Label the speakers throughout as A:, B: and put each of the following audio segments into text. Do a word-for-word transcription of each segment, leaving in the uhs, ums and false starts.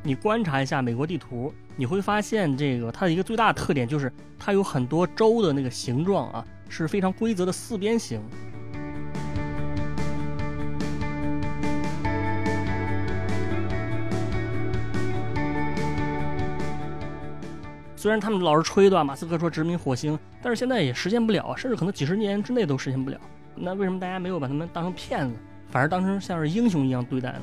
A: 你观察一下美国地图，你会发现这个它的一个最大的特点就是它有很多州的那个形状啊是非常规则的四边形。虽然他们老是吹对吧，马斯克说殖民火星，但是现在也实现不了，甚至可能几十年之内都实现不了。那为什么大家没有把他们当成骗子，反而当成像是英雄一样对待呢？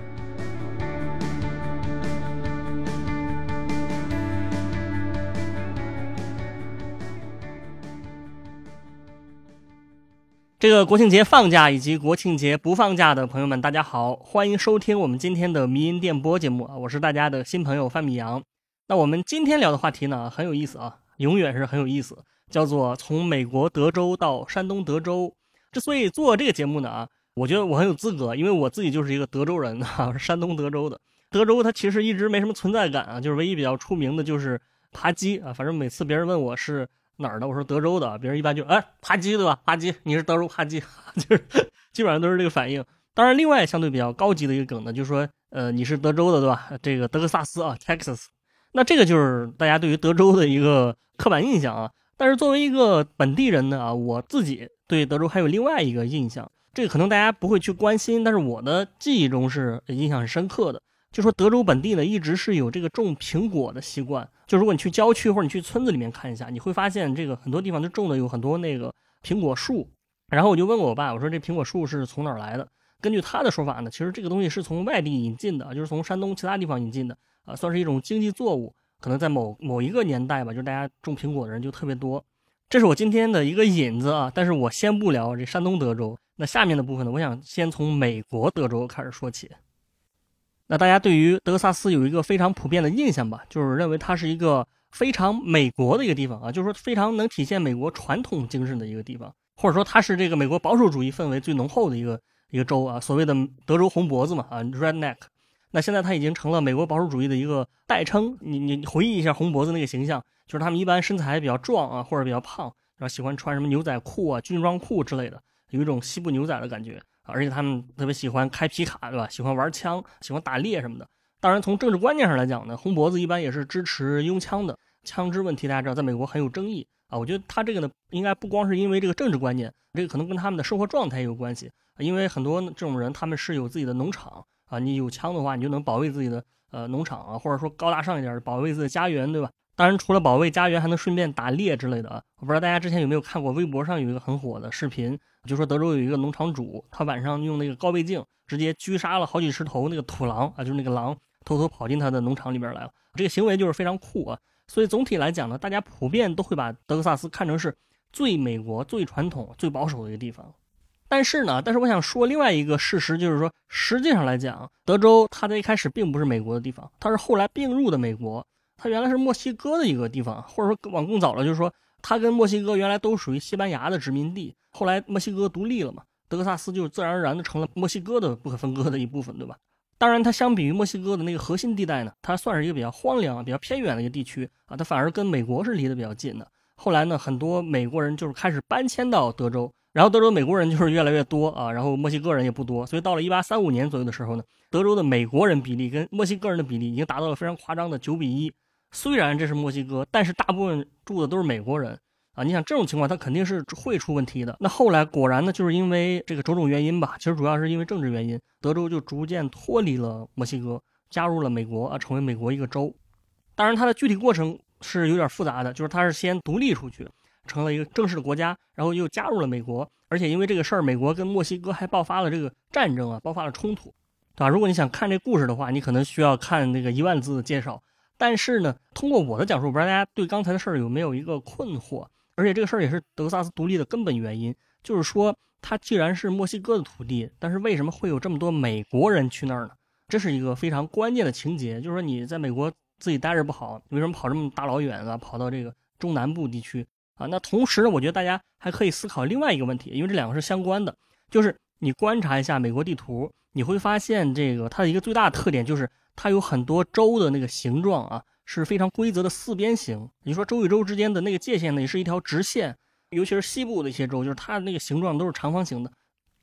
A: 这个国庆节放假以及国庆节不放假的朋友们，大家好，欢迎收听我们今天的迷音电波节目啊，我是大家的新朋友范米阳。那我们今天聊的话题呢很有意思啊，永远是很有意思，叫做从美国德州到山东德州。之所以做这个节目呢啊，我觉得我很有资格，因为我自己就是一个德州人啊，是山东德州的。德州它其实一直没什么存在感啊，就是唯一比较出名的就是扒鸡啊，反正每次别人问我是哪儿的，我说德州的，别人一般就哎扒鸡对吧？扒鸡，你是德州扒鸡，就是基本上都是这个反应。当然，另外相对比较高级的一个梗呢，就是说呃你是德州的对吧？这个德克萨斯啊 ，Texas。那这个就是大家对于德州的一个刻板印象啊。但是作为一个本地人呢啊，我自己对德州还有另外一个印象，这个可能大家不会去关心，但是我的记忆中是印象很深刻的。就说德州本地呢一直是有这个种苹果的习惯，就如果你去郊区或者你去村子里面看一下，你会发现这个很多地方都种的有很多那个苹果树。然后我就问我爸，我说这苹果树是从哪儿来的？根据他的说法呢，其实这个东西是从外地引进的，就是从山东其他地方引进的啊，算是一种经济作物。可能在某某一个年代吧，就是大家种苹果的人就特别多。这是我今天的一个引子啊，但是我先不聊这山东德州。那下面的部分呢，我想先从美国德州开始说起。那大家对于德克萨斯有一个非常普遍的印象吧，就是认为它是一个非常美国的一个地方啊，就是说非常能体现美国传统精神的一个地方，或者说它是这个美国保守主义氛围最浓厚的一个一个州啊，所谓的德州红脖子嘛啊 ，redneck。那现在它已经成了美国保守主义的一个代称。你你回忆一下红脖子那个形象，就是他们一般身材比较壮啊，或者比较胖，然后喜欢穿什么牛仔裤啊、军装裤之类的，有一种西部牛仔的感觉。而且他们特别喜欢开皮卡，对吧？喜欢玩枪，喜欢打猎什么的。当然，从政治观念上来讲呢，红脖子一般也是支持拥枪的。枪支问题大家知道，在美国很有争议啊。我觉得他这个呢，应该不光是因为这个政治观念，这个可能跟他们的生活状态也有关系。因为很多这种人，他们是有自己的农场啊，你有枪的话，你就能保卫自己的呃农场啊，或者说高大上一点，保卫自己的家园，对吧？当然，除了保卫家园，还能顺便打猎之类的啊。我不知道大家之前有没有看过微博上有一个很火的视频，就说德州有一个农场主，他晚上用那个高倍镜直接狙杀了好几十头那个土狼啊，就是那个狼偷偷跑进他的农场里边来了。这个行为就是非常酷啊。所以总体来讲呢，大家普遍都会把德克萨斯看成是最美国、最传统、最保守的一个地方。但是呢，但是我想说另外一个事实，就是说实际上来讲，德州它在一开始并不是美国的地方，它是后来并入的美国。它原来是墨西哥的一个地方，或者说往更早了，就是说它跟墨西哥原来都属于西班牙的殖民地，后来墨西哥独立了嘛，德克萨斯就自然而然的成了墨西哥的不可分割的一部分，对吧？当然它相比于墨西哥的那个核心地带呢，它算是一个比较荒凉比较偏远的一个地区啊，它反而跟美国是离得比较近的。后来呢，很多美国人就是开始搬迁到德州，然后德州美国人就是越来越多啊，然后墨西哥人也不多，所以到了一八三五年左右的时候呢，德州的美国人比例跟墨西哥人的比例已经达到了非常夸张的九比一。虽然这是墨西哥，但是大部分住的都是美国人啊。你想这种情况，它肯定是会出问题的。那后来果然呢，就是因为这个种种原因吧，其实主要是因为政治原因，德州就逐渐脱离了墨西哥，加入了美国啊，成为美国一个州。当然，它的具体过程是有点复杂的，就是它是先独立出去，成了一个正式的国家，然后又加入了美国。而且因为这个事儿，美国跟墨西哥还爆发了这个战争啊，爆发了冲突，对吧？如果你想看这故事的话，你可能需要看那个一万字的介绍。但是呢，通过我的讲述，我不知道大家对刚才的事儿有没有一个困惑。而且这个事儿也是德克萨斯独立的根本原因，就是说它既然是墨西哥的土地，但是为什么会有这么多美国人去那儿呢？这是一个非常关键的情节，就是说你在美国自己待着不好，为什么跑这么大老远啊，跑到这个中南部地区啊？那同时呢，我觉得大家还可以思考另外一个问题，因为这两个是相关的，就是你观察一下美国地图，你会发现这个它的一个最大的特点就是它有很多州的那个形状啊是非常规则的四边形。你说州与州之间的那个界限呢，也是一条直线，尤其是西部的一些州，就是它那个形状都是长方形的。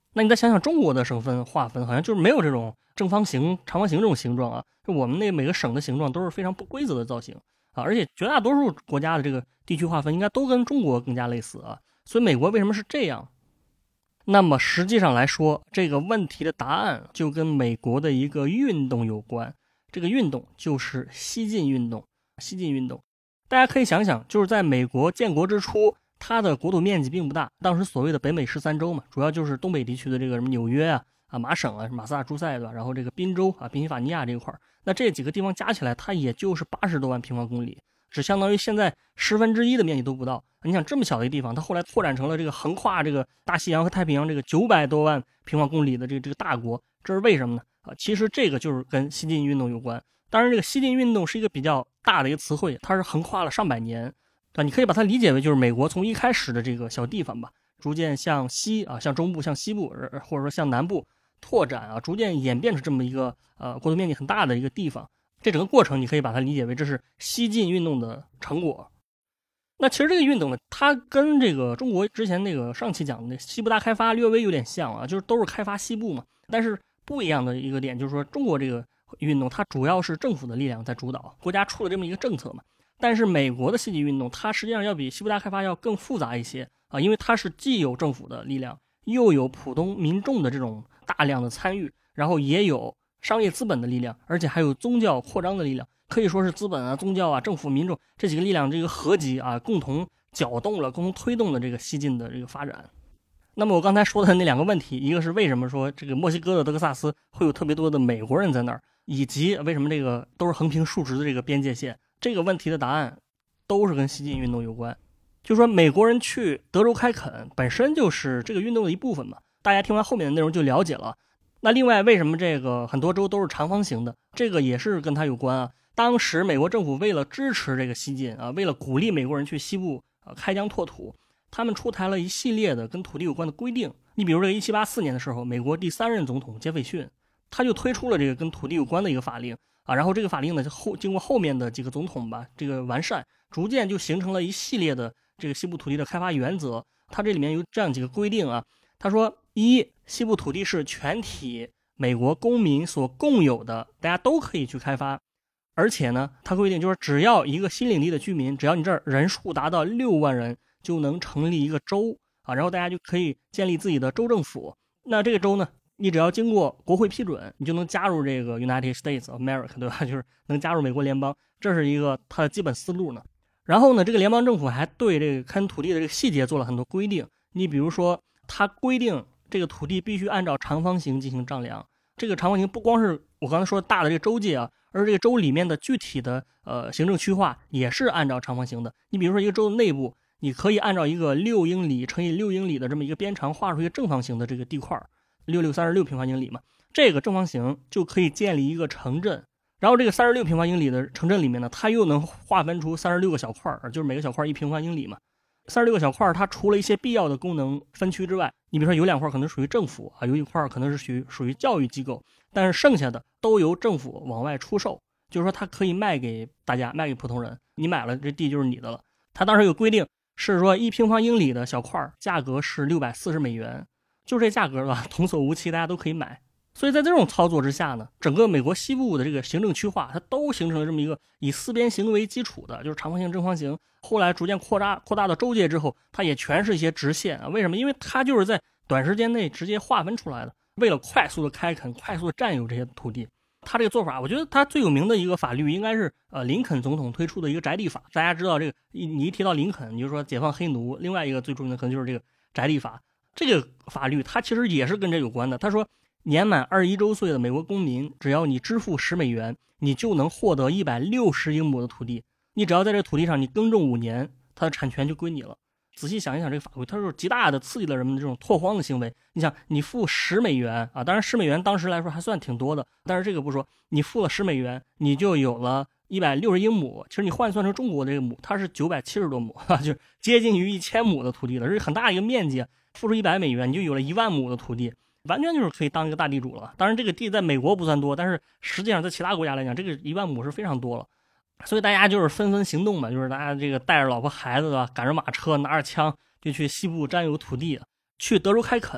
A: 那你再想想中国的省份划分，好像就是没有这种正方形、长方形这种形状啊，就我们那每个省的形状都是非常不规则的造型啊，而且绝大多数国家的这个地区划分应该都跟中国更加类似啊，所以美国为什么是这样？那么实际上来说，这个问题的答案就跟美国的一个运动有关，这个运动就是西进运动。西进运动，大家可以想想，就是在美国建国之初，它的国土面积并不大，当时所谓的北美十三州嘛，主要就是东北地区的这个什么纽约啊、啊麻省啊、马萨诸塞对吧？然后这个宾州啊、宾夕法尼亚这一块，那这几个地方加起来，它也就是八十多万平方公里，只相当于现在十分之一的面积都不到。你想这么小的一个地方，它后来扩展成了这个横跨这个大西洋和太平洋这个九百多万平方公里的这个这个大国，这是为什么呢？啊，其实这个就是跟西进运动有关。当然，这个西进运动是一个比较大的一个词汇，它是横跨了上百年，啊，你可以把它理解为就是美国从一开始的这个小地方吧，逐渐向西啊，向中部、向西部，或者说向南部拓展啊，逐渐演变成这么一个呃国土面积很大的一个地方。这整个过程你可以把它理解为这是西进运动的成果。那其实这个运动呢，它跟这个中国之前那个上期讲的西部大开发略微有点像啊，就是都是开发西部嘛。但是不一样的一个点就是说，中国这个运动它主要是政府的力量在主导，国家出了这么一个政策嘛。但是美国的西进运动，它实际上要比西部大开发要更复杂一些啊，因为它是既有政府的力量，又有普通民众的这种大量的参与，然后也有商业资本的力量，而且还有宗教扩张的力量。可以说是资本啊、宗教啊、政府、民众这几个力量这个合集啊，共同搅动了、共同推动了这个西进的这个发展。那么我刚才说的那两个问题，一个是为什么说这个墨西哥的德克萨斯会有特别多的美国人在那儿，以及为什么这个都是横平竖直的这个边界线，这个问题的答案都是跟西进运动有关。就说美国人去德州开垦本身就是这个运动的一部分嘛，大家听完后面的内容就了解了。那另外为什么这个很多州都是长方形的，这个也是跟它有关啊。当时美国政府为了支持这个西进啊，为了鼓励美国人去西部啊开疆拓土，他们出台了一系列的跟土地有关的规定。你比如这个一七八四年的时候，美国第三任总统杰斐逊他就推出了这个跟土地有关的一个法令啊，然后这个法令呢后经过后面的几个总统吧这个完善，逐渐就形成了一系列的这个西部土地的开发原则。它这里面有这样几个规定啊，他说一，西部土地是全体美国公民所共有的，大家都可以去开发。而且呢，它规定就是只要一个新领地的居民，只要你这儿人数达到六万人，就能成立一个州啊，然后大家就可以建立自己的州政府。那这个州呢，你只要经过国会批准，你就能加入这个 United States of America， 对吧？就是能加入美国联邦，这是一个它的基本思路呢。然后呢，这个联邦政府还对这个看土地的这个细节做了很多规定。你比如说，它规定这个土地必须按照长方形进行丈量。这个长方形不光是我刚才说大的这个州界啊，而这个州里面的具体的呃行政区划也是按照长方形的。你比如说一个州的内部，你可以按照一个六英里乘以六英里的这么一个边长画出一个正方形的这个地块，六六三十六平方英里嘛，这个正方形就可以建立一个城镇。然后这个三十六平方英里的城镇里面呢，它又能划分出三十六个小块，就是每个小块一平方英里嘛。三十六个小块，它除了一些必要的功能分区之外，你比如说有两块可能属于政府啊，有一块可能是属于属于教育机构，但是剩下的都由政府往外出售，就是说它可以卖给大家，卖给普通人，你买了这地就是你的了。它当时有规定是说一平方英里的小块价格是六百四十美元，就这价格吧，童叟无欺，大家都可以买。所以在这种操作之下呢，整个美国西部的这个行政区划，它都形成了这么一个以四边形为基础的，就是长方形、正方形。后来逐渐扩大扩大到州界之后，它也全是一些直线啊。为什么？因为它就是在短时间内直接划分出来的，为了快速的开垦、快速的占有这些土地。他这个做法，我觉得他最有名的一个法律应该是呃林肯总统推出的一个宅地法。大家知道这个，你一提到林肯，你就说解放黑奴，另外一个最著名的可能就是这个宅地法。这个法律它其实也是跟这有关的。他说，年满二十一周岁的美国公民，只要你支付十美元，你就能获得一百六十英亩的土地。你只要在这个土地上你耕种五年，它的产权就归你了。仔细想一想，这个法规它是极大的刺激了人们的这种拓荒的行为。你想，你付十美元啊，当然十美元当时来说还算挺多的，但是这个不说，你付了十美元，你就有了一百六十英亩。其实你换算成中国的这个亩，它是九百七十多亩，就接近于一千亩的土地了，这是很大一个面积。付出一百美元，你就有了一万亩的土地，完全就是可以当一个大地主了。当然，这个地在美国不算多，但是实际上在其他国家来讲，这个一万亩是非常多了。所以大家就是纷纷行动嘛，就是大家这个带着老婆孩子的，赶着马车，拿着枪就去西部占有土地，去德州开垦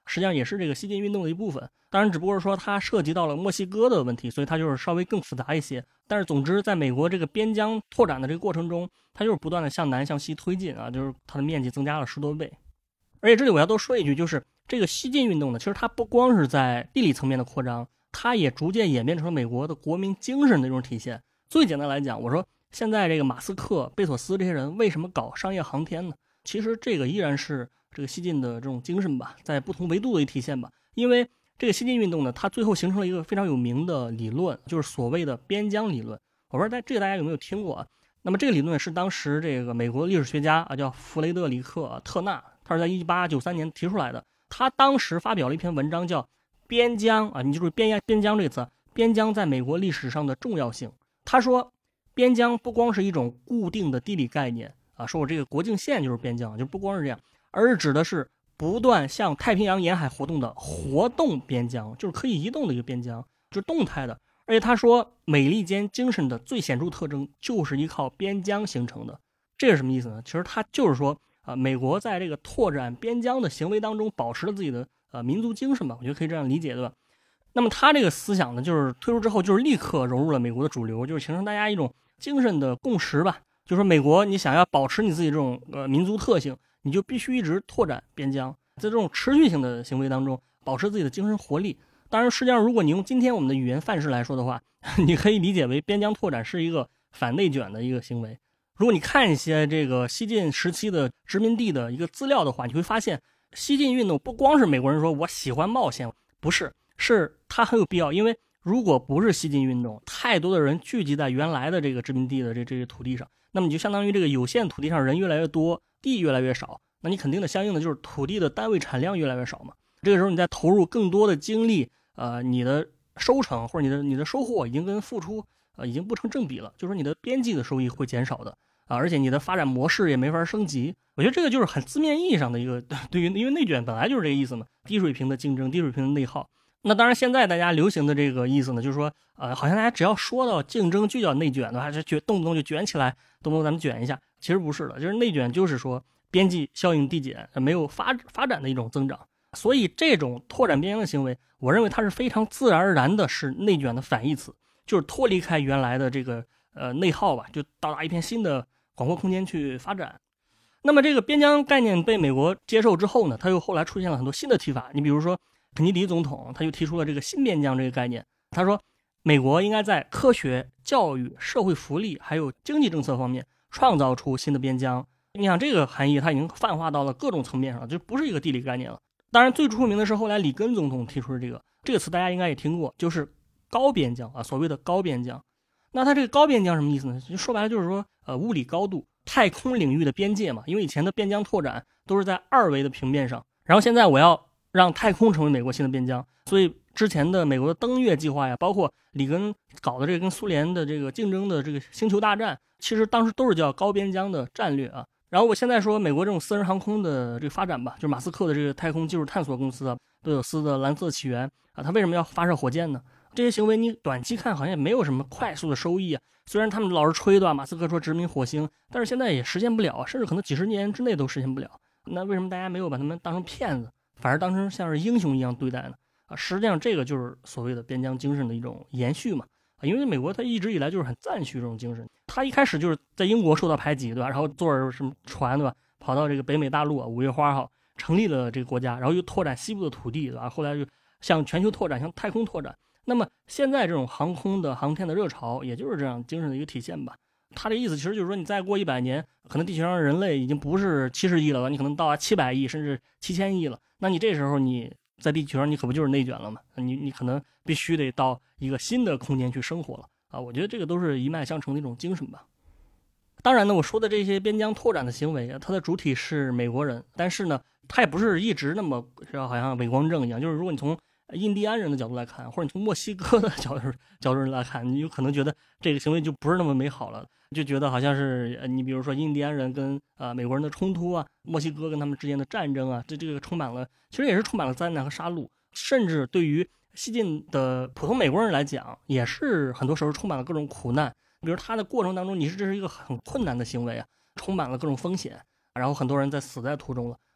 A: 实际上也是这个西进运动的一部分。当然只不过是说它涉及到了墨西哥的问题，所以它就是稍微更复杂一些。但是总之在美国这个边疆拓展的这个过程中，它就是不断的向南向西推进啊，就是它的面积增加了十多倍。而且这里我要多说一句，就是这个西进运动呢，其实它不光是在地理层面的扩张，它也逐渐演变成了美国的国民精神的这种体现。最简单来讲，我说现在这个马斯克、贝索斯这些人为什么搞商业航天呢？其实这个依然是这个西进的这种精神吧，在不同维度的一体现吧。因为这个西进运动呢，它最后形成了一个非常有名的理论，就是所谓的边疆理论。我不知道这个大家有没有听过啊？那么这个理论是当时这个美国历史学家啊，叫弗雷德里克·特纳，他是在一八九三年提出来的。他当时发表了一篇文章叫《边疆》啊，你记住边边疆这个词，边疆在美国历史上的重要性。他说，边疆不光是一种固定的地理概念啊，说我这个国境线就是边疆，就不光是这样，而是指的是不断向太平洋沿海活动的活动边疆，就是可以移动的一个边疆，就是动态的。而且他说，美利坚精神的最显著特征就是依靠边疆形成的。这是什么意思呢？其实他就是说啊、呃，美国在这个拓展边疆的行为当中保持了自己的呃民族精神吧，我觉得可以这样理解，对吧？那么他这个思想呢，就是推出之后，就是立刻融入了美国的主流，就是形成大家一种精神的共识吧。就是说，美国你想要保持你自己这种呃民族特性，你就必须一直拓展边疆，在这种持续性的行为当中，保持自己的精神活力。当然，实际上如果你用今天我们的语言范式来说的话，你可以理解为边疆拓展是一个反内卷的一个行为。如果你看一些这个西晋时期的殖民地的一个资料的话，你会发现西晋运动不光是美国人说我喜欢冒险，不是，是它很有必要。因为如果不是西晋运动，太多的人聚集在原来的这个殖民地的这这些土地上，那么你就相当于这个有限土地上人越来越多，地越来越少，那你肯定的相应的就是土地的单位产量越来越少嘛。这个时候你再投入更多的精力，呃，你的收成或者你的你的收获已经跟付出呃已经不成正比了，就是说你的边际的收益会减少的啊，而且你的发展模式也没法升级。我觉得这个就是很字面意义上的一个对于因为内卷本来就是这个意思嘛，低水平的竞争，低水平的内耗。那当然现在大家流行的这个意思呢，就是说呃好像大家只要说到竞争就叫内卷的话，就卷动不动就卷起来，动不动咱们卷一下，其实不是的，就是内卷就是说边际效应递减，没有发发展的一种增长。所以这种拓展边疆的行为，我认为它是非常自然而然的，是内卷的反义词，就是脱离开原来的这个呃内耗吧，就到达一片新的广阔空间去发展。那么这个边疆概念被美国接受之后呢，它又后来出现了很多新的提法。你比如说肯尼迪总统，他就提出了这个新边疆这个概念。他说，美国应该在科学、教育、社会福利还有经济政策方面创造出新的边疆。你想这个含义，它已经泛化到了各种层面上，就不是一个地理概念了。当然最出名的是后来里根总统提出的这个这个词，大家应该也听过，就是高边疆啊，所谓的高边疆。那它这个高边疆什么意思呢？就说白了就是说呃物理高度，太空领域的边界嘛。因为以前的边疆拓展都是在二维的平面上，然后现在我要让太空成为美国新的边疆，所以之前的美国的登月计划呀，包括里根搞的这个跟苏联的这个竞争的这个星球大战，其实当时都是叫高边疆的战略啊。然后我现在说美国这种私人航空的这个发展吧，就是马斯克的这个太空技术探索公司啊，贝佐斯的蓝色起源啊，他为什么要发射火箭呢？这些行为你短期看好像也没有什么快速的收益啊。虽然他们老是吹的马斯克说殖民火星，但是现在也实现不了，甚至可能几十年之内都实现不了。那为什么大家没有把他们当成骗子，反而当成像是英雄一样对待呢？啊，实际上这个就是所谓的边疆精神的一种延续嘛。因为美国它一直以来就是很赞许这种精神，它一开始就是在英国受到排挤，对吧？然后坐着什么船，对吧？跑到这个北美大陆啊，五月花号成立了这个国家，然后又拓展西部的土地，对吧？后来就向全球拓展，向太空拓展。那么现在这种航空的航天的热潮，也就是这样精神的一个体现吧。他的意思其实就是说，你再过一百年，可能地球上人类已经不是七十亿了，你可能到达七百亿甚至七千亿了。那你这时候你在地球上，你可不就是内卷了吗？你你可能必须得到一个新的空间去生活了啊！我觉得这个都是一脉相承的一种精神吧。当然呢，我说的这些边疆拓展的行为，它的主体是美国人，但是呢，它也不是一直那么好像伪光正一样。就是如果你从印第安人的角度来看，或者你从墨西哥的角度角度来看，你有可能觉得这个行为就不是那么美好了，就觉得好像是你比如说印第安人跟呃美国人的冲突啊，墨西哥跟他们之间的战争啊，这这个充满了，其实也是充满了灾难和杀戮，甚至对于西晋的普通美国人来讲，也是很多时候充满了各种苦难。比如他的过程当中，你是这是一个很困难的行为啊，充满了各种风险，然后很多人在死在途中了。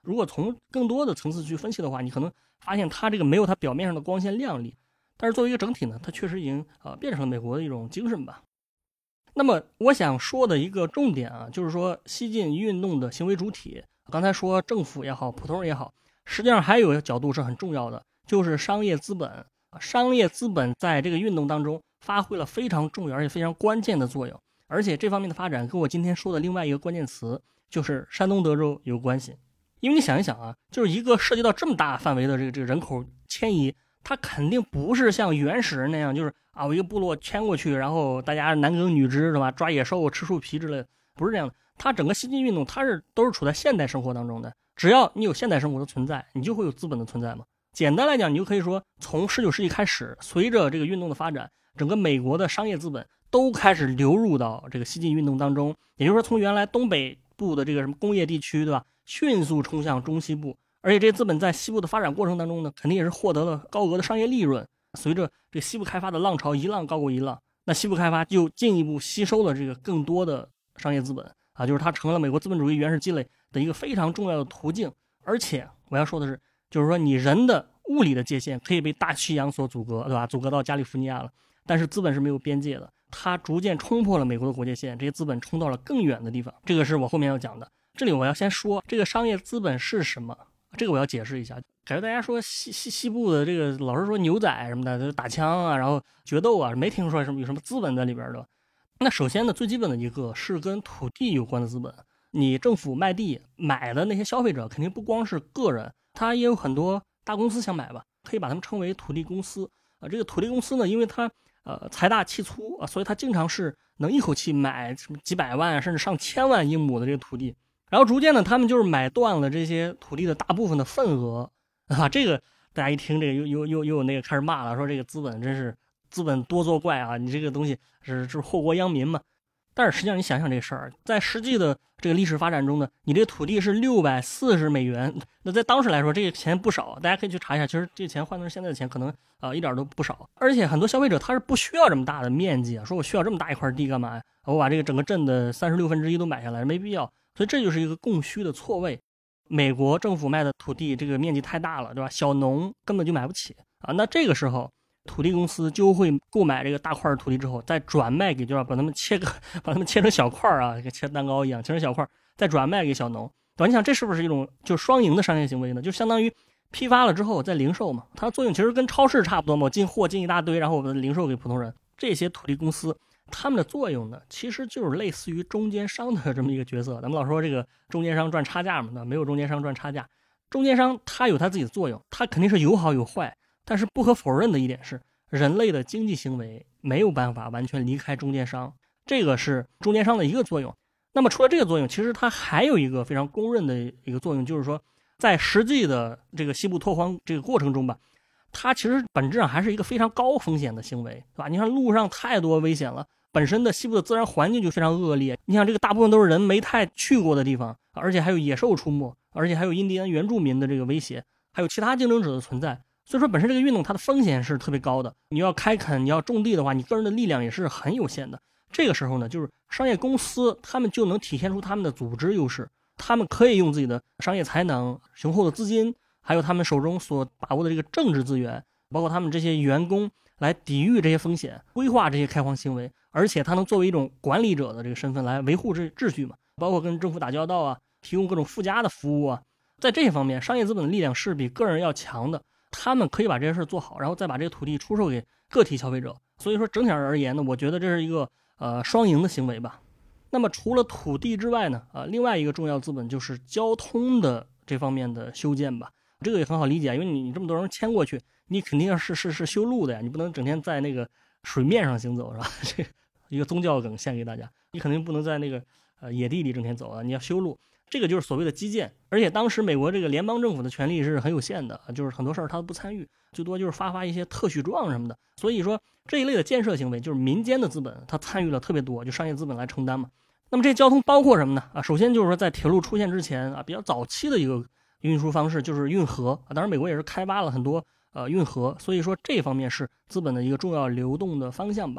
A: 如果从更多的层次去分析的话，你可能发现它这个没有它表面上的光鲜亮丽，但是作为一个整体呢，它确实已经呃变成了美国的一种精神吧。那么我想说的一个重点啊，就是说西进运动的行为主体，刚才说政府也好，普通人也好，实际上还有一个角度是很重要的，就是商业资本。商业资本在这个运动当中发挥了非常重要而且非常关键的作用，而且这方面的发展跟我今天说的另外一个关键词就是山东德州有关系。因为你想一想啊，就是一个涉及到这么大范围的这个这个人口迁移，它肯定不是像原始人那样，就是啊我一个部落迁过去，然后大家男耕女织是吧，抓野兽吃树皮之类的，不是这样的。它整个西进运动它是都是处在现代生活当中的，只要你有现代生活的存在，你就会有资本的存在嘛。简单来讲，你就可以说，从十九世纪开始，随着这个运动的发展，整个美国的商业资本都开始流入到这个西进运动当中。也就是说，从原来东北部的这个什么工业地区，对吧，迅速冲向中西部，而且这些资本在西部的发展过程当中呢，肯定也是获得了高额的商业利润。随着这个西部开发的浪潮一浪高过一浪，那西部开发就进一步吸收了这个更多的商业资本啊，就是它成了美国资本主义原始积累的一个非常重要的途径。而且我要说的是，就是说你人的物理的界限可以被大西洋所阻隔，对吧？阻隔到加利福尼亚了，但是资本是没有边界的，它逐渐冲破了美国的国界线，这些资本冲到了更远的地方。这个是我后面要讲的。这里我要先说这个商业资本是什么，这个我要解释一下。感觉大家说西西西部的这个老是说牛仔什么的，就是打枪啊，然后决斗啊，没听说什么有什么资本在里边的。那首先呢，最基本的一个是跟土地有关的资本。你政府卖地买的那些消费者肯定不光是个人，他也有很多大公司想买吧，可以把他们称为土地公司啊。这个土地公司呢，因为它呃财大气粗啊，所以它经常是能一口气买什么几百万甚至上千万英亩的这个土地。然后逐渐呢，他们就是买断了这些土地的大部分的份额啊。这个大家一听这个又又又又有那个开始骂了，说这个资本真是资本多作怪啊，你这个东西是是祸国殃民嘛。但是实际上你想想这事儿，在实际的这个历史发展中呢，你这个土地是六百四十美元，那在当时来说这个钱不少，大家可以去查一下，其实这个钱换成现在的钱可能呃一点都不少。而且很多消费者他是不需要这么大的面积啊，说我需要这么大一块地干嘛呀？我把这个整个镇的三十六分之一都买下来，没必要。所以这就是一个供需的错位。美国政府卖的土地这个面积太大了，对吧？小农根本就买不起啊。那这个时候土地公司就会购买这个大块土地之后，再转卖给，就要把它们切个，把它们切成小块啊，跟切蛋糕一样，切成小块，再转卖给小农。对吧？你想这是不是一种就双赢的商业行为呢？就相当于批发了之后再零售嘛，它的作用其实跟超市差不多嘛，我进货进一大堆，然后我们零售给普通人。这些土地公司他们的作用呢，其实就是类似于中间商的这么一个角色。咱们老说这个中间商赚差价嘛，那没有中间商赚差价。中间商他有他自己的作用，他肯定是有好有坏。但是不可否认的一点是，人类的经济行为没有办法完全离开中间商，这个是中间商的一个作用。那么除了这个作用，其实它还有一个非常公认的一个作用，就是说在实际的这个西部拓荒这个过程中吧，它其实本质上还是一个非常高风险的行为，对吧？你看路上太多危险了，本身的西部的自然环境就非常恶劣，你想这个大部分都是人没太去过的地方，而且还有野兽出没，而且还有印第安原住民的这个威胁，还有其他竞争者的存在。所以说本身这个运动它的风险是特别高的，你要开垦你要种地的话，你个人的力量也是很有限的。这个时候呢，就是商业公司他们就能体现出他们的组织优势，他们可以用自己的商业才能、雄厚的资金，还有他们手中所把握的这个政治资源，包括他们这些员工，来抵御这些风险，规划这些开荒行为。而且他能作为一种管理者的这个身份来维护这秩序嘛，包括跟政府打交道啊，提供各种附加的服务啊。在这些方面，商业资本的力量是比个人要强的，他们可以把这些事做好，然后再把这个土地出售给个体消费者。所以说整体而言呢，我觉得这是一个呃双赢的行为吧。那么除了土地之外呢，呃，另外一个重要资本就是交通的这方面的修建吧。这个也很好理解，因为你你这么多人迁过去，你肯定是是是修路的呀，你不能整天在那个水面上行走，是吧？这一个宗教梗献给大家，你肯定不能在那个呃野地里整天走啊，你要修路。这个就是所谓的基建，而且当时美国这个联邦政府的权力是很有限的，就是很多事儿他都不参与，最多就是发发一些特许状什么的。所以说这一类的建设行为，就是民间的资本他参与了特别多，就商业资本来承担嘛。那么这些交通包括什么呢？啊，首先就是说在铁路出现之前啊，比较早期的一个运输方式就是运河啊，当然美国也是开挖了很多呃运河，所以说这方面是资本的一个重要流动的方向吧。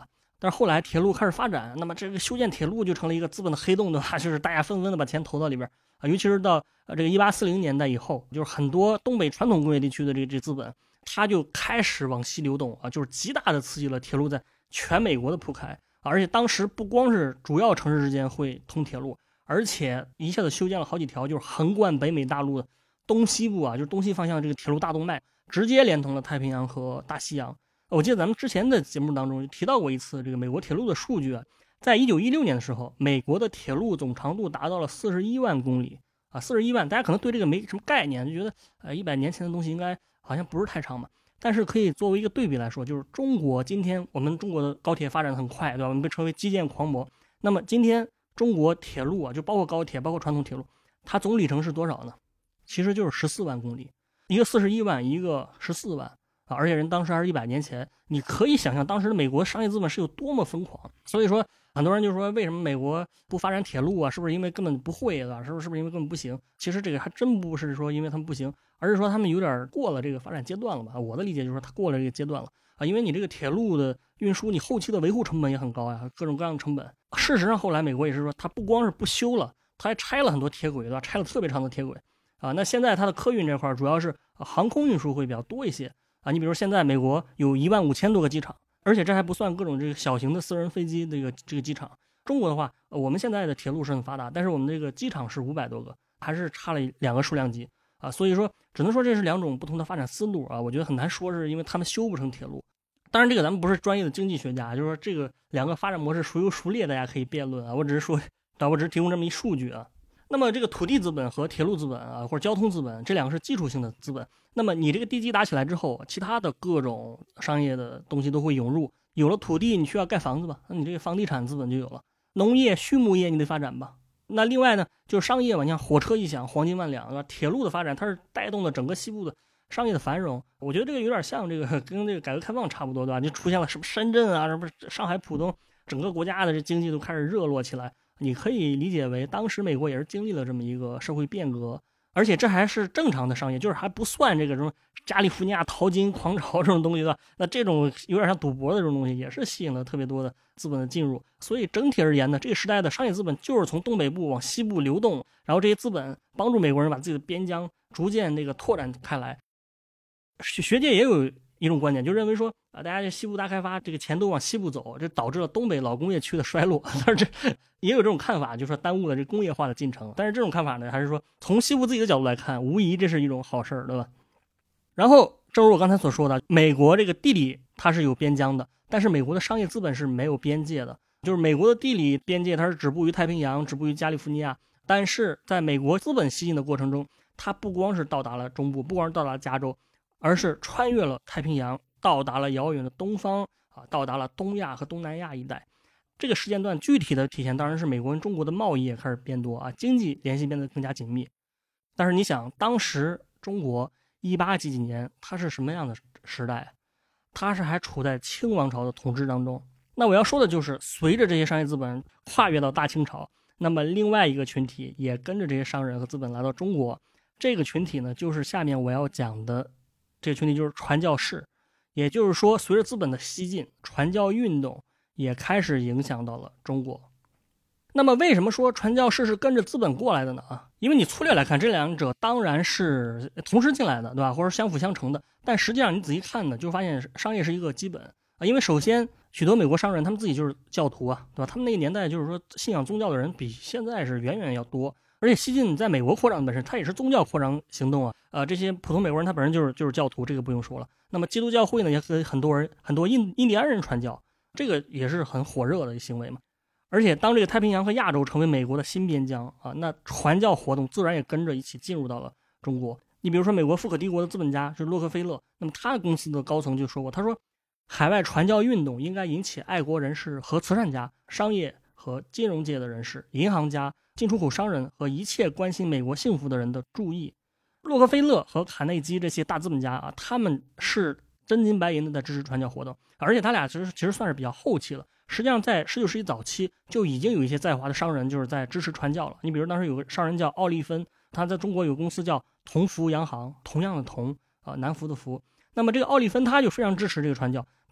A: 但是后来铁路开始发展，那么这个修建铁路就成了一个资本的黑洞，对吧？就是大家纷纷的把钱投到里边啊，尤其是到呃这个一八四零年代以后，就是很多东北传统工业地区的这个这个资本，它就开始往西流动啊，就是极大的刺激了铁路在全美国的铺开。而且当时不光是主要城市之间会通铁路，而且一下子修建了好几条，就是横贯北美大陆的东西部啊，就是东西方向这个铁路大动脉，直接连通了太平洋和大西洋。我记得咱们之前的节目当中提到过一次这个美国铁路的数据啊，在一九一六年的时候，美国的铁路总长度达到了四十一万公里啊，四十一万，大家可能对这个没什么概念，就觉得呃一百年前的东西应该好像不是太长嘛。但是可以作为一个对比来说，就是中国今天我们中国的高铁发展很快，对吧？我们被称为基建狂魔。那么今天中国铁路啊，就包括高铁，包括传统铁路，它总里程是多少呢？其实就是十四万公里，一个四十一万，一个十四万啊！而且人当时还是一百年前，你可以想象当时的美国商业资本是有多么疯狂。所以说，很多人就说为什么美国不发展铁路啊？是不是因为根本不会啊？是不是是不是因为根本不行？其实这个还真不是说因为他们不行，而是说他们有点过了这个发展阶段了吧？我的理解就是说他过了这个阶段了啊，因为你这个铁路的运输，你后期的维护成本也很高呀，各种各样的成本。事实上，后来美国也是说，它不光是不修了，它还拆了很多铁轨，对吧？拆了特别长的铁轨啊。那现在它的客运这块主要是航空运输会比较多一些啊。你比如现在美国有一万五千多个机场，而且这还不算各种这个小型的私人飞机这个这个机场。中国的话，我们现在的铁路是很发达，但是我们这个机场是五百多个，还是差了两个数量级啊。所以说，只能说这是两种不同的发展思路啊。我觉得很难说是因为他们修不成铁路。当然，这个咱们不是专业的经济学家，就是说这个两个发展模式孰优孰劣，大家可以辩论啊。我只是说，我只是提供这么一数据啊。那么这个土地资本和铁路资本啊，或者交通资本，这两个是基础性的资本。那么你这个地基打起来之后，其他的各种商业的东西都会涌入。有了土地，你需要盖房子吧？那你这个房地产资本就有了。农业、畜牧业你得发展吧？那另外呢，就是商业嘛，你像火车一响，黄金万两，对吧？铁路的发展，它是带动了整个西部的商业的繁荣。我觉得这个有点像这个跟这个改革开放差不多，对吧？就出现了什么深圳啊，什么上海浦东，整个国家的这经济都开始热络起来。你可以理解为当时美国也是经历了这么一个社会变革，而且这还是正常的商业，就是还不算这个什么加利福尼亚淘金狂潮这种东西的。那这种有点像赌博的这种东西，也是吸引了特别多的资本的进入。所以整体而言呢，这个时代的商业资本就是从东北部往西部流动，然后这些资本帮助美国人把自己的边疆逐渐这个拓展开来。学界也有一种观点，就认为说啊，大家这西部大开发，这个钱都往西部走，这导致了东北老工业区的衰落。但是这也有这种看法，就是说耽误了这工业化的进程。但是这种看法呢，还是说从西部自己的角度来看，无疑这是一种好事儿，对吧？然后正如我刚才所说的，美国这个地理它是有边疆的，但是美国的商业资本是没有边界的。就是美国的地理边界它是止步于太平洋，止步于加利福尼亚，但是在美国资本西进的过程中，它不光是到达了中部，不光是到达了加州，而是穿越了太平洋，到达了遥远的东方啊，到达了东亚和东南亚一带。这个时间段具体的体现当然是美国跟中国的贸易也开始变多啊，经济联系变得更加紧密。但是你想，当时中国一八几几年，它是什么样的时代？它是还处在清王朝的统治当中。那我要说的就是，随着这些商业资本跨越到大清朝，那么另外一个群体也跟着这些商人和资本来到中国。这个群体呢，就是下面我要讲的这个群体，就是传教士。也就是说，随着资本的西进，传教运动也开始影响到了中国。那么为什么说传教士是跟着资本过来的呢？啊，因为你粗略来看，这两者当然是同时进来的，对吧？或者相辅相成的。但实际上你仔细看呢，就发现商业是一个基本啊。因为首先许多美国商人他们自己就是教徒啊，对吧？他们那个年代就是说信仰宗教的人比现在是远远要多。而且西进在美国扩张本身，它也是宗教扩张行动啊。呃，这些普通美国人他本身就是就是教徒，这个不用说了。那么基督教会呢，也和很多人很多印印第安人传教，这个也是很火热的一个行为嘛。而且当这个太平洋和亚洲成为美国的新边疆啊，那传教活动自然也跟着一起进入到了中国。你比如说美国富可敌国的资本家是洛克菲勒，那么他公司的高层就说过，他说海外传教运动应该引起爱国人士和慈善家、商业和金融界的人士、银行家、进出口商人和一切关心美国幸福的人的注意。洛克菲勒和卡内基这些大资本家啊，他们是真金白银的在支持传教活动，而且他俩其实其实算是比较后期了。实际上在十九世纪早期就已经有一些在华的商人就是在支持传教了。你比如当时有个商人叫奥利芬，他在中国有公司叫同福洋行，同样的同啊，南福的福。那么这个奥利芬他就非常支持这个传教，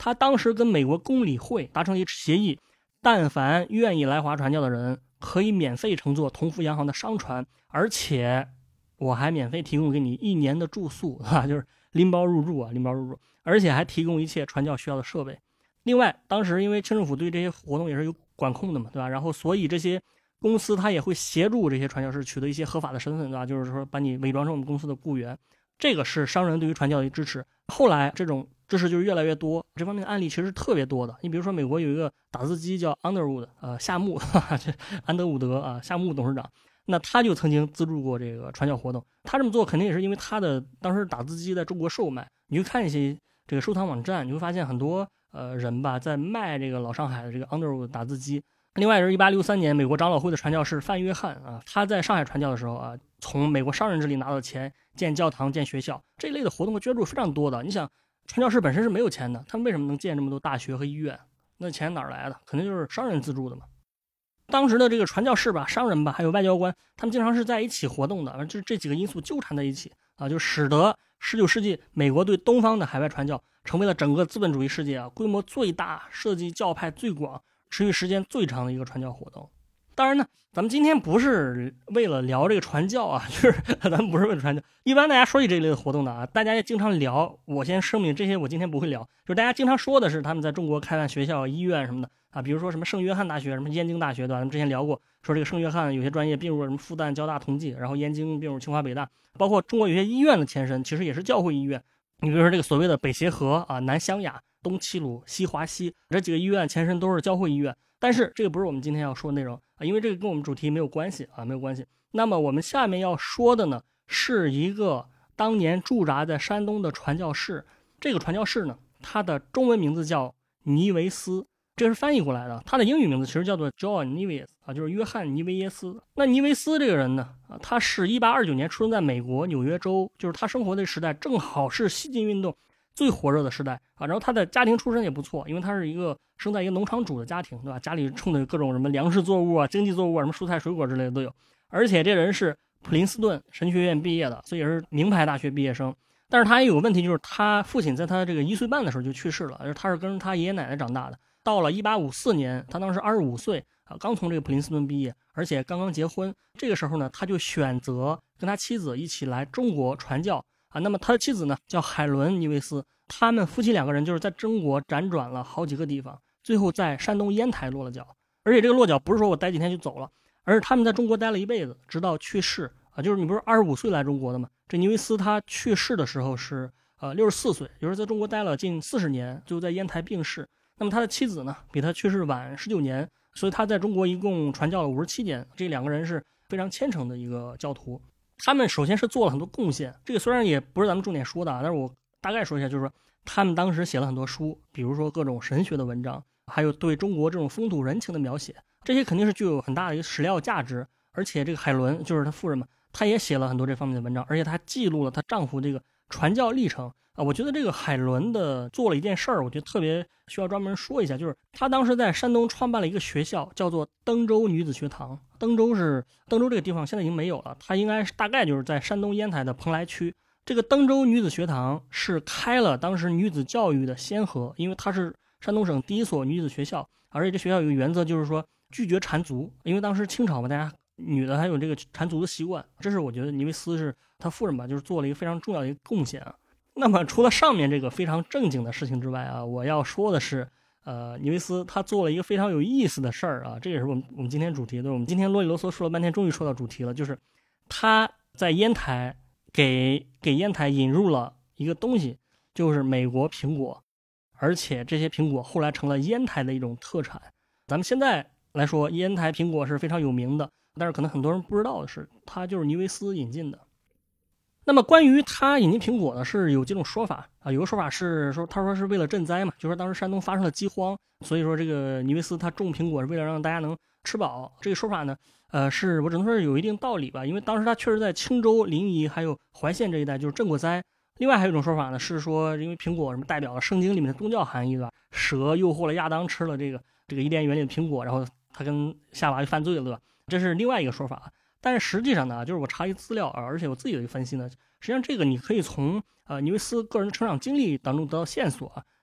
A: 他当时跟美国公理会达成一协议，但凡愿意来华传教的人，可以免费乘坐同福洋行的商船，而且我还免费提供给你一年的住宿啊，就是拎包入住啊，拎包入住，而且还提供一切传教需要的设备。另外，当时因为清政府对这些活动也是有管控的嘛，对吧？然后所以这些公司它也会协助这些传教士取得一些合法的身份，对吧？就是说把你伪装成我们公司的雇员，这个是商人对于传教的支持。后来这种支持就是越来越多，这方面的案例其实是特别多的。你比如说美国有一个打字机叫 Underwood， 呃，夏目，哈哈，这安德伍德啊，夏目董事长，那他就曾经资助过这个传教活动。他这么做肯定也是因为他的当时打字机在中国售卖，你去看一些这个收藏网站，你会发现很多呃人吧在卖这个老上海的这个 Underwood 打字机。另外是一八六三年美国长老会的传教士范约翰啊，他在上海传教的时候啊，从美国商人这里拿到钱建教堂建学校，这一类的活动和捐助非常多的。你想传教士本身是没有钱的，他们为什么能建这么多大学和医院？那钱哪儿来的？肯定就是商人资助的嘛。当时的这个传教士吧、商人吧，还有外交官，他们经常是在一起活动的，就是这几个因素纠缠在一起啊，就使得十九世纪美国对东方的海外传教成为了整个资本主义世界啊规模最大、涉及教派最广、持续时间最长的一个传教活动。当然呢，咱们今天不是为了聊这个传教啊，就是咱们不是为了传教。一般大家说起这一类的活动的啊，大家也经常聊。我先声明，这些我今天不会聊，就是大家经常说的是他们在中国开办学校、医院什么的啊，比如说什么圣约翰大学、什么燕京大学，对吧？咱们之前聊过，说这个圣约翰有些专业并入了什么复旦、交大、同济，然后燕京并入清华、北大，包括中国有些医院的前身其实也是教会医院。你比如说这个所谓的北协和啊、南湘雅、东齐鲁、西华西这几个医院前身都是教会医院。但是这个不是我们今天要说的内容啊，因为这个跟我们主题没有关系啊，没有关系。那么我们下面要说的呢，是一个当年驻扎在山东的传教士。这个传教士呢，他的中文名字叫尼维斯，这是翻译过来的。他的英语名字其实叫做 John Nives 啊，就是约翰尼维耶斯。那尼维斯这个人呢，啊，他是一八二九年出生在美国纽约州，就是他生活的时代正好是西进运动最火热的时代啊，然后他的家庭出身也不错，因为他是一个生在一个农场主的家庭，对吧？家里种的各种什么粮食作物啊、经济作物啊、什么蔬菜水果之类的都有。而且这人是普林斯顿神学院毕业的，所以也是名牌大学毕业生。但是他也有个问题，就是他父亲在他这个一岁半的时候就去世了，而他是跟他爷爷奶奶长大的。到了一八五四年，他当时二十五岁啊，刚从这个普林斯顿毕业，而且刚刚结婚。这个时候呢，他就选择跟他妻子一起来中国传教。啊，那么他的妻子呢叫海伦尼维斯，他们夫妻两个人就是在中国辗转了好几个地方，最后在山东烟台落了脚。而且这个落脚不是说我待几天就走了，而是他们在中国待了一辈子，直到去世啊。就是你不是二十五岁来中国的吗？这尼维斯他去世的时候是呃六十四岁，也就是在中国待了近四十年，就在烟台病逝。那么他的妻子呢比他去世晚十九年，所以他在中国一共传教了五十七年。这两个人是非常虔诚的一个教徒。他们首先是做了很多贡献，这个虽然也不是咱们重点说的啊，但是我大概说一下，就是说他们当时写了很多书，比如说各种神学的文章，还有对中国这种风土人情的描写，这些肯定是具有很大的一个史料价值。而且这个海伦就是他夫人嘛，她也写了很多这方面的文章，而且她记录了她丈夫这个传教历程啊。我觉得这个海伦的做了一件事儿，我觉得特别需要专门说一下，就是她当时在山东创办了一个学校，叫做登州女子学堂。登州是登州这个地方现在已经没有了，它应该是大概就是在山东烟台的蓬莱区。这个登州女子学堂是开了当时女子教育的先河，因为它是山东省第一所女子学校，而且这学校有一个原则，就是说拒绝缠足，因为当时清朝嘛，大家女的还有这个缠足的习惯，这是我觉得尼维斯是他夫人吧，就是做了一个非常重要的一个贡献啊。那么除了上面这个非常正经的事情之外啊，我要说的是呃，尼维斯他做了一个非常有意思的事儿啊，这也是我们我们今天主题的。我们今天啰里啰嗦说了半天，终于说到主题了，就是他在烟台给给烟台引入了一个东西，就是美国苹果，而且这些苹果后来成了烟台的一种特产。咱们现在来说，烟台苹果是非常有名的，但是可能很多人不知道的是，它就是尼维斯引进的。那么关于他引进苹果呢，是有几种说法啊。有个说法是说，他说是为了赈灾嘛，就说当时山东发生了饥荒，所以说这个尼维斯他种苹果是为了让大家能吃饱。这个说法呢，呃，是我只能说是有一定道理吧，因为当时他确实在青州、临沂还有怀县这一带就是赈过灾。另外还有一种说法呢，是说因为苹果什么代表了圣经里面的宗教含义，对吧？蛇诱惑了亚当吃了这个这个伊甸园里的苹果，然后他跟夏娃就犯罪了，对吧？这是另外一个说法。但是实际上呢，就是我查一资料啊，而且我自己的一个分析呢，实际上这个你可以从呃尼维斯个人的成长经历当中得到线索啊。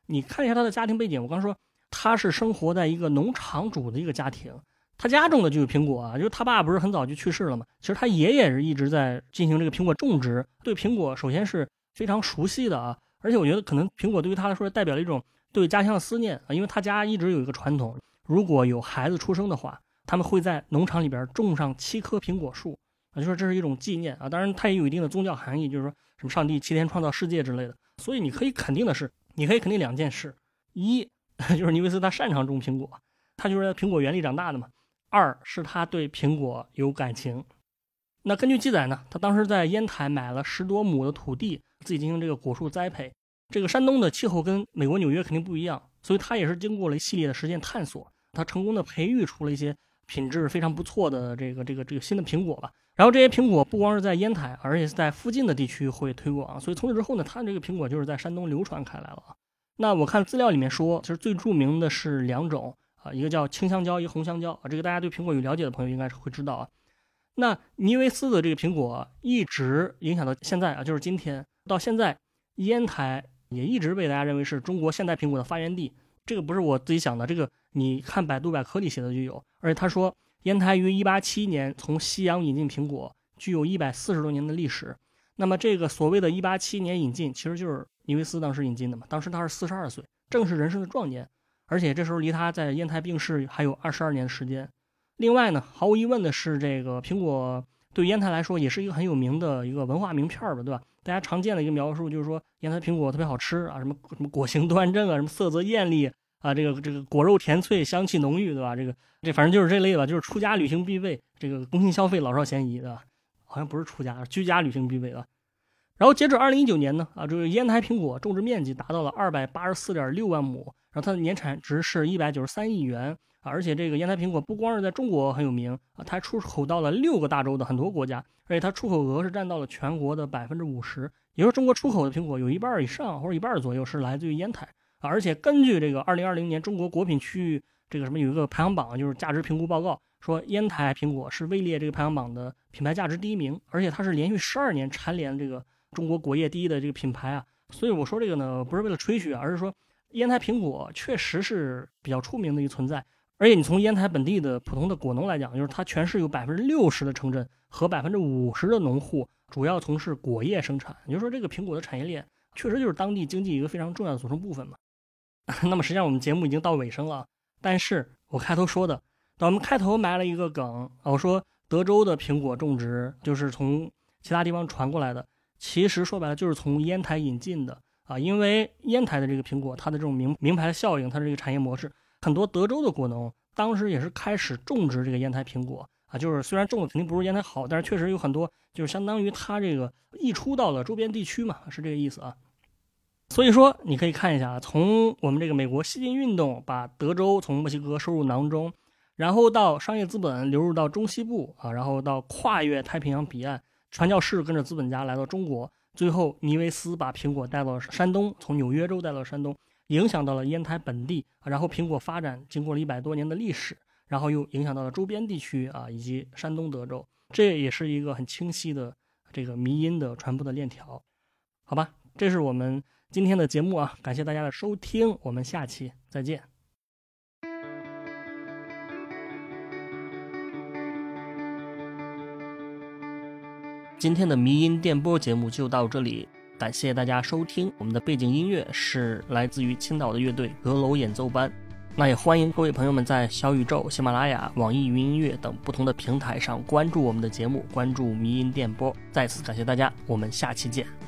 A: 你看一下他的家庭背景，我刚说他是生活在一个农场主的一个家庭，他家种的就是苹果啊，就是他爸不是很早就去世了嘛，其实他爷爷是一直在进行这个苹果种植，对苹果首先是非常熟悉的啊，而且我觉得可能苹果对于他来说代表了一种对家乡的思念啊，因为他家一直有一个传统，如果有孩子出生的话，他们会在农场里边种上七棵苹果树啊，就说这是一种纪念啊，当然它也有一定的宗教含义，就是说什么上帝七天创造世界之类的。所以你可以肯定的是，你可以肯定两件事：一就是尼维斯他擅长种苹果，他就是在苹果园里长大的嘛；二是他对苹果有感情。那根据记载呢，他当时在烟台买了十多亩的土地，自己进行这个果树栽培。这个山东的气候跟美国纽约肯定不一样，所以他也是经过了一系列的实践探索，他成功的培育出了一些品质非常不错的这个这个这个新的苹果吧。然后这些苹果不光是在烟台，而且是在附近的地区会推广，所以从此之后呢，他这个苹果就是在山东流传开来了。那我看资料里面说，其实最著名的是两种啊，一个叫青香蕉，一个红香蕉啊，这个大家对苹果有了解的朋友应该是会知道啊。那尼维斯的这个苹果一直影响到现在啊，就是今天到现在，烟台也一直被大家认为是中国现代苹果的发源地。这个不是我自己想的，这个你看百度百科里写的就有。而且他说烟台于一八七一年从西洋引进苹果，具有一百四十多年的历史。那么这个所谓的一八七一年引进，其实就是尼维斯当时引进的嘛，当时他是四十二岁，正是人生的壮年，而且这时候离他在烟台病逝还有二十二年的时间。另外呢，毫无疑问的是，这个苹果对烟台来说也是一个很有名的一个文化名片吧，对吧？大家常见的一个描述就是说烟台苹果特别好吃啊，什么什么果形端正啊，什么色泽艳丽啊，这个这个果肉甜脆，香气浓郁，对吧？这个这反正就是这类吧，就是出家旅行必备，这个公信消费老少咸宜，对吧？好像不是出家，居家旅行必备啊。然后截止二零一九年呢，啊，这个烟台苹果种植面积达到了二百八十四点六万亩，然后它的年产值是一百九十三亿元。而且这个烟台苹果不光是在中国很有名啊，它还出口到了六个大洲的很多国家，而且它出口额是占到了全国的百分之五十，也就是中国出口的苹果有一半以上或者一半左右是来自于烟台啊。而且根据这个二零二零年中国果品区域这个什么有一个排行榜，就是价值评估报告，说烟台苹果是位列这个排行榜的品牌价值第一名，而且它是连续十二年蝉联这个中国果业第一的这个品牌啊。所以我说这个呢，不是为了吹嘘啊，而是说烟台苹果确实是比较出名的一个存在。而且你从烟台本地的普通的果农来讲，就是它全市有百分之六十的城镇和百分之五十的农户主要从事果业生产，也就是说这个苹果的产业链确实就是当地经济一个非常重要的组成部分嘛。那么实际上我们节目已经到尾声了，但是我开头说的，我们开头埋了一个梗，我说德州的苹果种植就是从其他地方传过来的，其实说白了就是从烟台引进的啊，因为烟台的这个苹果它的这种名名牌的效应，它的这个产业模式，很多德州的果农当时也是开始种植这个烟台苹果啊，就是虽然种的肯定不如烟台好，但是确实有很多就是相当于它这个溢出到了周边地区嘛，是这个意思啊。所以说你可以看一下，从我们这个美国西进运动把德州从墨西哥收入囊中，然后到商业资本流入到中西部啊，然后到跨越太平洋彼岸，传教士跟着资本家来到中国，最后尼维斯把苹果带到山东，从纽约州带到山东，影响到了烟台本地，然后苹果发展经过了一百多年的历史，然后又影响到了周边地区啊，以及山东德州，这也是一个很清晰的这个迷因的传播的链条。好吧，这是我们今天的节目啊，感谢大家的收听，我们下期再见。今天的迷音电波节目就到这里，感谢大家收听。我们的背景音乐是来自于青岛的乐队阁楼演奏班。那也欢迎各位朋友们在小宇宙、喜马拉雅、网易云音乐等不同的平台上关注我们的节目，关注迷音电波。再次感谢大家，我们下期见。